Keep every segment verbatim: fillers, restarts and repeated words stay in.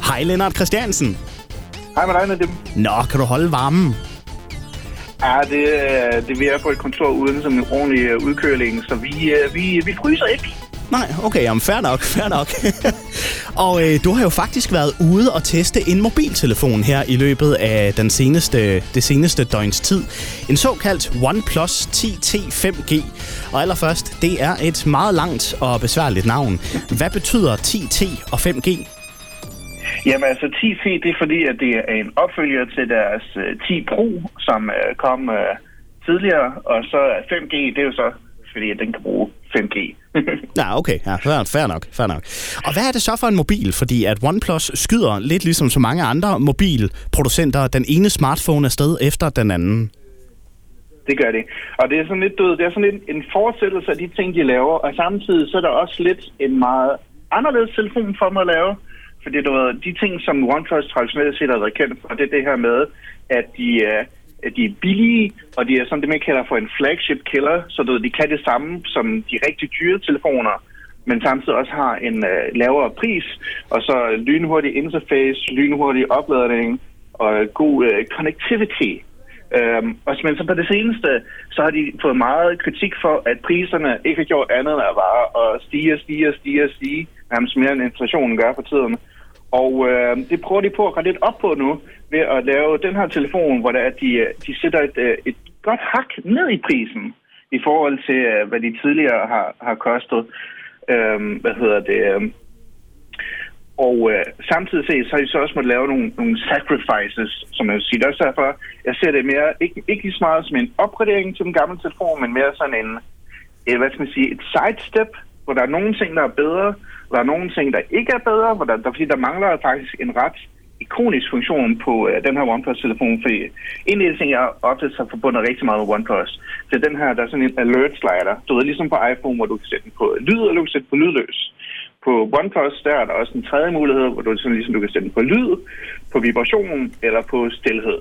Hej Lennart Christiansen. Hej med dig, Nadim. Nå, kan du holde varmen? Ja, det, det vi er på et kontor uden som en ordentlig udkøling, så vi, vi, vi fryser ikke. Nej, okay, jamen fair nok, fair nok. Og øh, du har jo faktisk været ude og teste en mobiltelefon her i løbet af den seneste, det seneste døgns tid. En såkaldt OnePlus ti T fem G. Og allerførst, det er et meget langt og besværligt navn. Hvad betyder ti T og fem G? Jamen altså ti T, det er fordi, at det er en opfølger til deres uh, ti Pro, som uh, kom uh, tidligere. Og så fem G, det er jo så fordi, at den kan bruge fem G. Ja, okay. Ja, fair, fair nok, fair nok. Og hvad er det så for en mobil? Fordi at OnePlus skyder lidt ligesom så mange andre mobilproducenter den ene smartphone afsted efter den anden. Det gør det. Og det er sådan lidt død. Det er sådan lidt en fortsættelse af de ting, de laver. Og samtidig så er der også lidt en meget anderledes telefon for dem at lave. Fordi du ved, de ting, som OnePlus traditionelt set har været kendt for, det er det her med, at de er at de er billige, og de er sådan det, man kalder for en flagship killer, så du ved, de kan det samme som de rigtig dyre telefoner, men samtidig også har en uh, lavere pris, og så lynhurtig interface, lynhurtig opladning og god uh, connectivity. Um, og men så på det seneste, så har de fået meget kritik for, at priserne ikke har gjort andet end at bare at stige og stige og stige og stige, nærmest mere end inflationen gør på tiden. Og øh, det prøver de på at rette lidt op på nu, ved at lave den her telefon, hvor der er, de, de sætter et, et godt hak ned i prisen, i forhold til, hvad de tidligere har, har kostet. Øhm, hvad hedder det? Øh, og øh, samtidig set, så har de så også måttet lave nogle, nogle sacrifices, som jeg vil sige. Det er også derfor, jeg ser det mere, ikke, ikke lige så meget som en opgradering til den gamle telefon, men mere sådan en, et, hvad skal man sige, et sidestep, hvor der er nogle ting, der er bedre, og der er nogle ting, der ikke er bedre, hvor der, der, fordi der mangler faktisk en ret ikonisk funktion på uh, den her OnePlus-telefon, fordi en af de ting, jeg ofte har forbundet rigtig meget med OnePlus, det er den her, der er sådan en alert-slider. Du ved, ligesom på iPhone, hvor du kan sætte den på lyd, eller du kan sætte den på lydløs. På OnePlus, der er der også en tredje mulighed, hvor du, sådan, ligesom, du kan sætte den på lyd, på vibration eller på stilhed.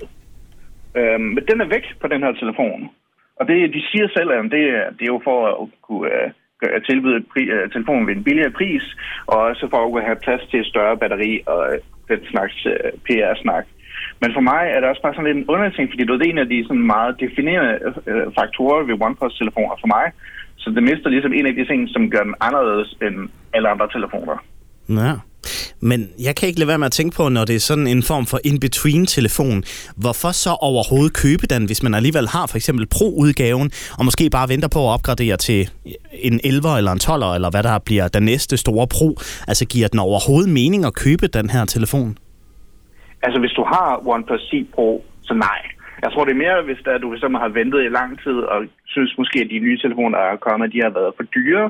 Uh, men den er væk på den her telefon. Og det, de siger selv, at det, det er jo for at kunne Uh, at tilbyde pri- telefonen ved en billigere pris, og også for at have plads til et større batteri og den slags uh, P R-snak. Men for mig er det også bare sådan lidt en underlig ting, fordi det er en af de sådan meget definerende uh, faktorer ved OnePlus-telefoner for mig, så det mister ligesom en af de ting, som gør den anderledes end alle andre telefoner. Ja. Men jeg kan ikke lade være med at tænke på, når det er sådan en form for in-between-telefon, hvorfor så overhovedet købe den, hvis man alligevel har for eksempel Pro-udgaven, og måske bare venter på at opgradere til en elver eller en tolver, eller hvad der bliver den næste store Pro? Altså, giver den overhovedet mening at købe den her telefon? Altså, hvis du har OnePlus ti Pro, så nej. Jeg tror, det er mere, hvis der, du simpelthen har ventet i lang tid, og synes måske, at de nye telefoner, der er kommet, de har været for dyre.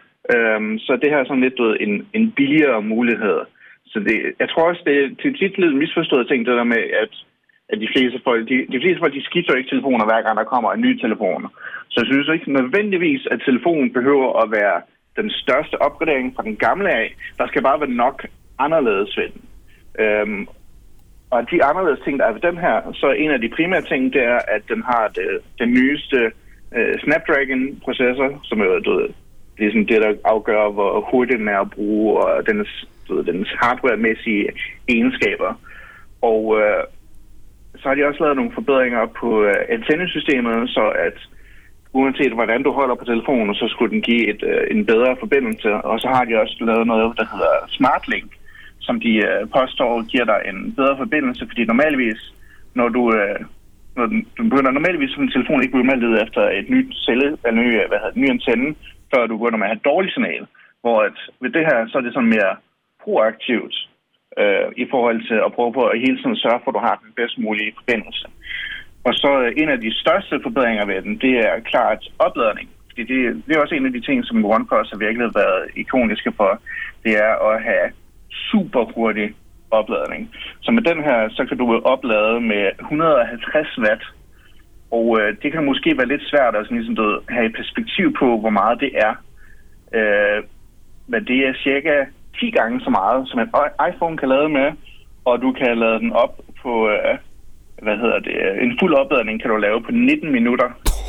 Um, så det her er sådan lidt ud, en, en billigere mulighed. Så det, jeg tror også, det er til tit lidt misforstået ting, det der med, at, at de fleste folk, de, de fleste folk, de skifter ikke telefoner, hver gang der kommer en ny telefon. Så jeg synes ikke nødvendigvis, at telefonen behøver at være den største opgradering fra den gamle af. Der skal bare være nok anderledes ved den. Um, og de anderledes ting, der er ved den her, så en af de primære ting, det er, at den har det, den nyeste uh, Snapdragon-processor, som er jo det er sådan det, der afgør, hvor hurtigt den er at bruge, og dens, dens hardware-mæssige egenskaber. Og øh, så har de også lavet nogle forbedringer på øh, antennesystemet, så at uanset hvordan du holder på telefonen, så skulle den give et, øh, en bedre forbindelse. Og så har de også lavet noget, der hedder SmartLink, som de øh, påstår giver dig en bedre forbindelse, fordi normalvis, når du... Øh, når den, du begynder normalvis, så en telefon ikke bliver meldt efter et nyt celle, eller ny, hvad hedder det, ny antenne, før du begynder med at have et dårligt signal. Hvor at ved det her, så er det sådan mere proaktivt øh, i forhold til at prøve på at hele tiden sørge for, at du har den bedst mulige forbindelse. Og så øh, en af de største forbedringer ved den, det er klart opladning. Fordi det, det er også en af de ting, som OnePlus har virkelig været ikoniske for. Det er at have super hurtig opladning. Så med den her, så kan du oplade med et hundrede og halvtreds watt. Og øh, det kan måske være lidt svært at sådan, ligesom, du, have et perspektiv på, hvor meget det er. Øh, men det er cirka ti gange så meget, som en iPhone kan lade med. Og du kan lade den op på, øh, hvad hedder det, en fuld opladning kan du lave på nitten minutter.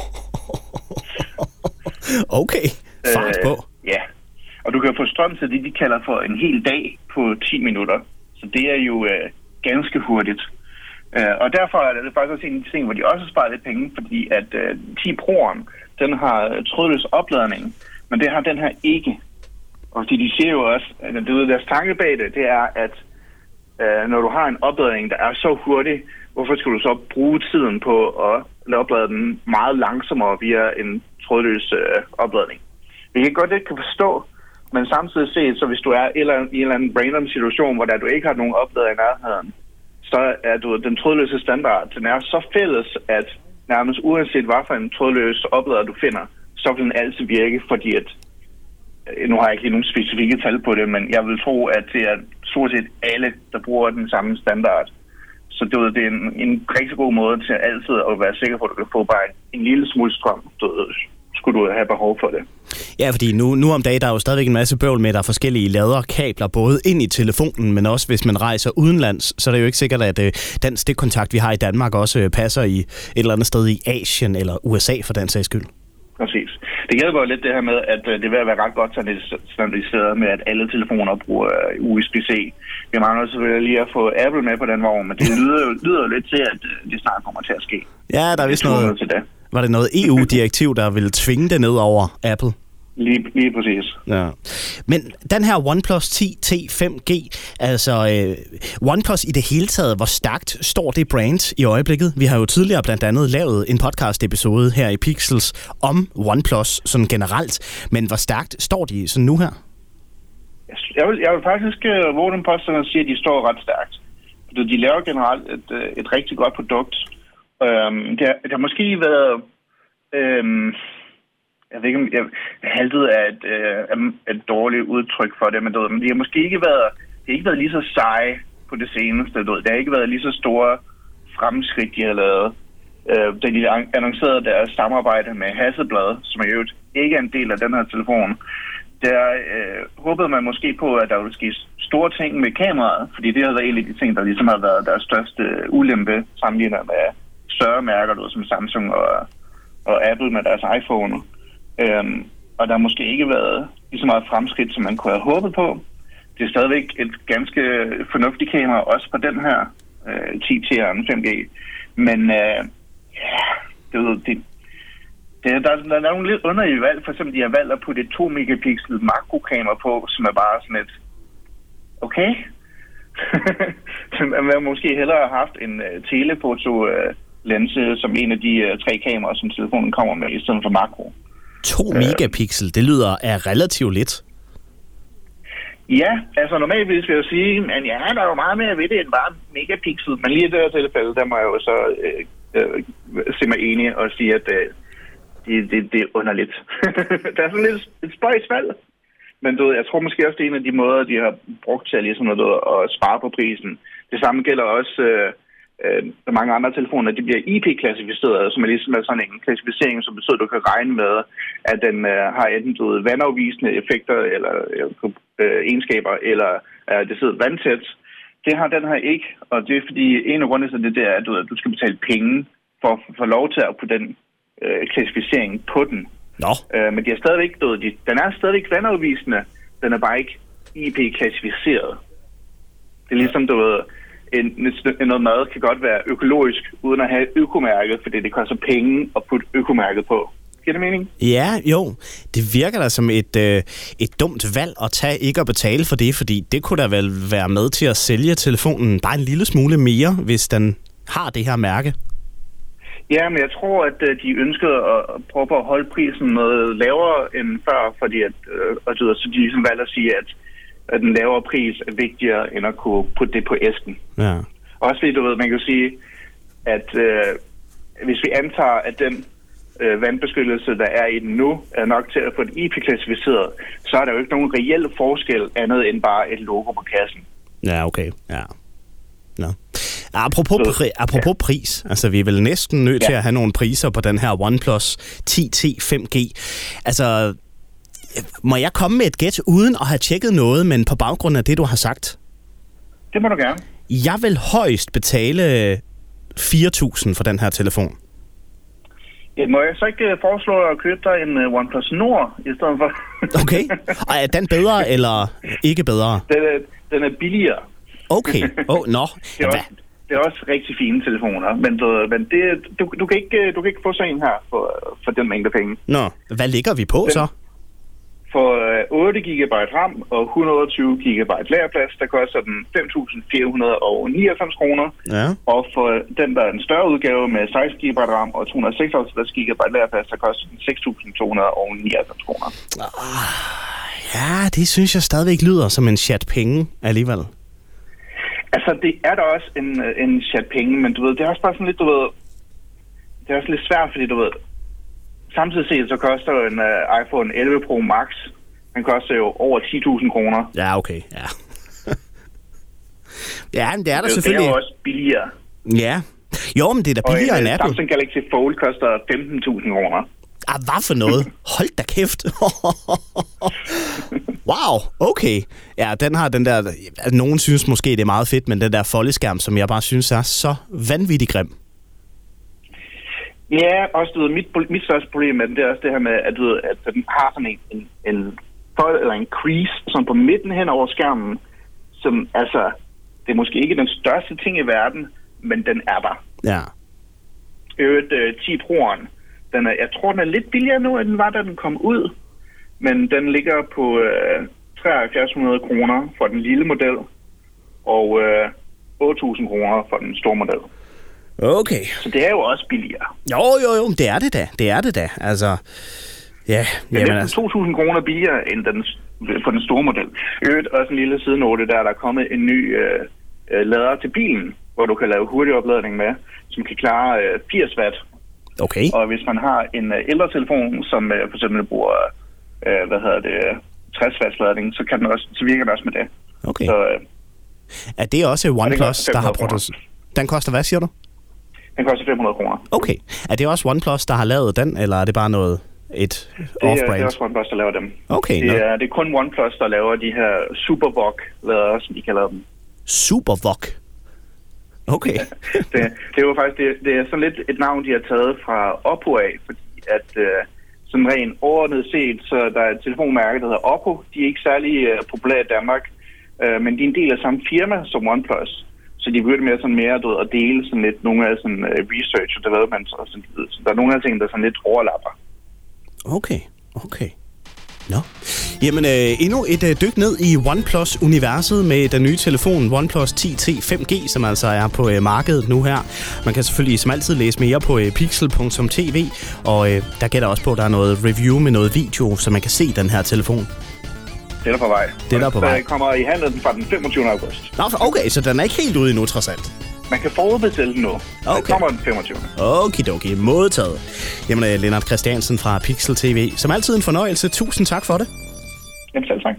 Okay, fart på. Øh, ja, og du kan få strøm til det, de kalder for en hel dag på ti minutter. Så det er jo øh, ganske hurtigt. Uh, og derfor er det faktisk også en ting, hvor de også sparer lidt penge, fordi at uh, ti Pro'eren, den har trådløs opladning, men det har den her ikke. Og de siger jo også, at det, deres tanke bag det, det er, at uh, når du har en opladning, der er så hurtig, hvorfor skal du så bruge tiden på at oplade den meget langsommere via en trådløs uh, opladning? Vi kan godt ikke kan forstå, men samtidig set, så hvis du er i en eller anden random situation, hvor der du ikke har nogen oplader i nærheden, så er du, den trådløse standard, den er så fælles, at nærmest uanset hvad for en trådløs oplader du finder, så vil den altid virke, fordi at, nu har jeg ikke lige nogen specifikke tal på det, men jeg vil tro, at det er stort set alle, der bruger den samme standard. Så du, det er en, en rigtig god måde til altid at være sikker på, at du kan få bare en, en lille smule strøm, du, skulle du have behov for det. Ja, fordi nu, nu om dagen, der er jo stadigvæk en masse bøvl med, at der er forskellige laderkabler, både ind i telefonen, men også hvis man rejser udenlands, så er det jo ikke sikkert, at øh, den stikkontakt, vi har i Danmark, også øh, passer i et eller andet sted i Asien eller U S A for den sags skyld. Præcis. Det hjælper jo lidt det her med, at øh, det vil være ret godt standardiseret med, at alle telefoner bruger øh, U S B C. Vi mangler selvfølgelig lige at få Apple med på den vogn, men det lyder jo, lyder jo lidt til, at øh, det snart kommer til at ske. Ja, der er vist noget... til det. Var det noget E U-direktiv, der ville tvinge det ned over Apple? Lige, lige præcis. Ja. Men den her OnePlus ti T fem G, altså øh, OnePlus i det hele taget, hvor stærkt står det brand i øjeblikket? Vi har jo tidligere blandt andet lavet en podcast-episode her i Pixels om OnePlus sådan generelt, men hvor stærkt står de sådan nu her? Jeg vil, jeg vil faktisk uh, våge den påstand og sige, at de står ret stærkt. De laver generelt et, et rigtig godt produkt. Um, det, har, det har måske været... Um, jeg ved ikke, om jeg haltet er et, uh, et dårligt udtryk for det, men de har måske ikke været, det har ikke været lige så seje på det seneste. Det har ikke været lige så store fremskridt, de har lavet. Uh, da de annoncerede deres samarbejde med Hasselblad, som er jo ikke er en del af den her telefon, der øh, håbede man måske på, at der ville ske store ting med kameraet, fordi det har været en af de ting, der ligesom har været deres største ulempe sammenlignet med større mærker, du, som Samsung og, og Apple med deres iPhone. Øhm, og der har måske ikke været lige så meget fremskridt, som man kunne have håbet på. Det er stadigvæk et ganske fornuftigt kamera, også på den her øh, ti T'eren fem G. Men øh, ja, det, det Det, der, der er nogle lidt underlige valg. For eksempel, de har valgt at putte et to megapixel makrokamera på, som er bare sådan et... Okay. Man måske hellere have haft en uh, telefoto-linse uh, som en af de uh, tre kameraer, som telefonen kommer med, i stedet for makro. to megapixel, det lyder er relativt lidt. Ja, altså normalt vil jeg sige, men ja, der er jo meget mere ved det end bare megapixel. Men lige i det her tilfælde, der må jeg jo så uh, uh, se mig enig og sige, at... Uh, Det, det, det er underligt. Der er sådan lidt et spøjs valg. Men du ved, jeg tror måske også, det er en af de måder, de har brugt til at, ligesom, at, at spare på prisen. Det samme gælder også øh, øh, mange andre telefoner. De bliver I P-klassificeret, som er ligesom sådan en klassificering, som betyder, at du kan regne med, at den øh, har enten du ved, vandafvisende effekter eller øh, egenskaber, eller øh, det sidder vandtæt. Det har den her ikke, og det er fordi, en af grundene til det, det er, at du, at du skal betale penge for at få lov til at putte den klassificering på den. Nå. Øh, men de er stadigvæk, de, den er stadigvæk vandafvisende, den er bare ikke I P-klassificeret. Det er ligesom, du ved, en, en, noget mad kan godt være økologisk, uden at have økomærket, fordi det koster penge at putte økomærket på. Giver det mening? Ja, jo. Det virker da som et, øh, et dumt valg at tage ikke at betale for det, fordi det kunne da vel være med til at sælge telefonen bare en lille smule mere, hvis den har det her mærke. Ja, men jeg tror, at de ønskede at prøve at holde prisen noget lavere end før, fordi at, øh, så de ligesom valgte at sige, at, at den lavere pris er vigtigere end at kunne putte det på æsken. Ja. Også fordi, du ved, man kan sige, at øh, hvis vi antager, at den øh, vandbeskyttelse, der er i den nu, er nok til at få det I P-klassificeret, så er der jo ikke nogen reel forskel andet end bare et logo på kassen. Ja, okay. Ja. Nå. Apropos, pri- apropos ja. pris, altså vi er vel næsten nødt ja. til at have nogle priser på den her OnePlus ti T fem G. Altså, må jeg komme med et gæt uden at have tjekket noget, men på baggrund af det, du har sagt? Det må du gerne. Jeg vil højst betale fire tusind for den her telefon. Ja, må jeg så ikke foreslå at købe dig en OnePlus Nord i stedet for? Okay. Og er den bedre eller ikke bedre? Den er, den er billigere. Okay. Åh, oh, nå. Det er, også, det er også rigtig fine telefoner, men, du, men det, du, du, kan ikke, du kan ikke få sådan en her for, for den mængde penge. Nå, hvad ligger vi på den, så? For otte gigabyte RAM og et hundrede og tyve gigabyte lagerplads, der koster den fem tusind fire hundrede og nioghalvfems kroner. Ja. Og for den, der er en større udgave med seksten gigabyte RAM og to hundrede og seksoghalvtreds gigabyte lagerplads, der koster den seks tusind to hundrede og nioghalvfems kroner. Ah, ja, det synes jeg stadigvæk lyder som en chat penge alligevel. Altså, det er da også en, en chat penge, men du ved, det er også bare sådan lidt, du ved... Det er også lidt svært, fordi du ved... Samtidig set, så koster jo en uh, iPhone elleve Pro Max. Den koster jo over ti tusind kroner. Ja, okay. Ja, ja men det er der det, selvfølgelig. Det er jo også billigere. Ja. Jo, men det er da billigere end Apple. Samsung Galaxy Fold koster femten tusind kroner. Ah, hvad for noget? Hold da kæft. Wow, okay. Ja, den har den der... Altså, nogen synes måske, det er meget fedt, men den der foldeskærm, som jeg bare synes er så vanvittigt grim. Ja, også du ved, mit, mit største problem med den, det er også det her med, at, du ved, at den har sådan en, en, en fold eller en crease, som på midten hen over skærmen, som altså, det er måske ikke den største ting i verden, men den er der. Ja. Øvrigt uh, ti Pro'eren, den er, jeg tror, den er lidt billigere nu, end den var, da den kom ud, men den ligger på uh, tre tusind fire hundrede kroner for den lille model, og uh, otte tusind kroner for den store model. Okay. Så det er jo også billigere. Jo, jo, jo, det er det da. Det er det da. Altså, ja. Det er næsten to tusind kroner billigere end den, på den store model. Øvrigt også en lille sidenote, der er der kommet en ny øh, lader til bilen, hvor du kan lave hurtig opladning med, som kan klare øh, firs watt. Okay. Og hvis man har en øh, ældre telefon, som øh, for eksempel bruger øh, hvad hedder det, tres watts ladning, så, kan den også, så virker den også med det. Okay. Så, øh, er det også OnePlus, der har produceret? Den koster hvad, siger du? Den koster fem hundrede kroner. Okay. Er det også OnePlus, der har lavet den, eller er det bare noget et off-brand? Det er også OnePlus, der laver dem. Okay. Det er, det er kun OnePlus, der laver de her SuperVOOC-lader, som de kalder dem. SuperVOOC? Okay. det, det er jo faktisk det, det er sådan lidt et navn, de har taget fra Oppo af, fordi at øh, sådan rent overordnet set, så der er et telefonmærke, der hedder Oppo. De er ikke særlig øh, populære i Danmark, øh, men de er en del af samme firma som OnePlus. Så de begyndte med sådan mere du ved, at dele sådan lidt nogle af sådan uh, research og development og sådan noget. Så der er nogle af ting, der sådan lidt overlapper. Okay, okay. Nå. Jamen, øh, endnu et øh, dyk ned i OnePlus-universet med den nye telefon OnePlus ti T fem G, som altså er på øh, markedet nu her. Man kan selvfølgelig som altid læse mere på øh, pixel punktum t v, og øh, der gætter også på, at der er noget review med noget video, så man kan se den her telefon. Det er der på vej. Det er der på vej. Den kommer i handlen fra den femogtyvende august. Nå, okay, så den er ikke helt ude endnu, trods alt. Man kan forudbestille den nu. Okay. Den kommer den femogtyvende. Okidoki, modtaget. Jamen, Lennart Christiansen fra Pixel T V. Som altid en fornøjelse. Tusind tak for det. Jamen selv tak.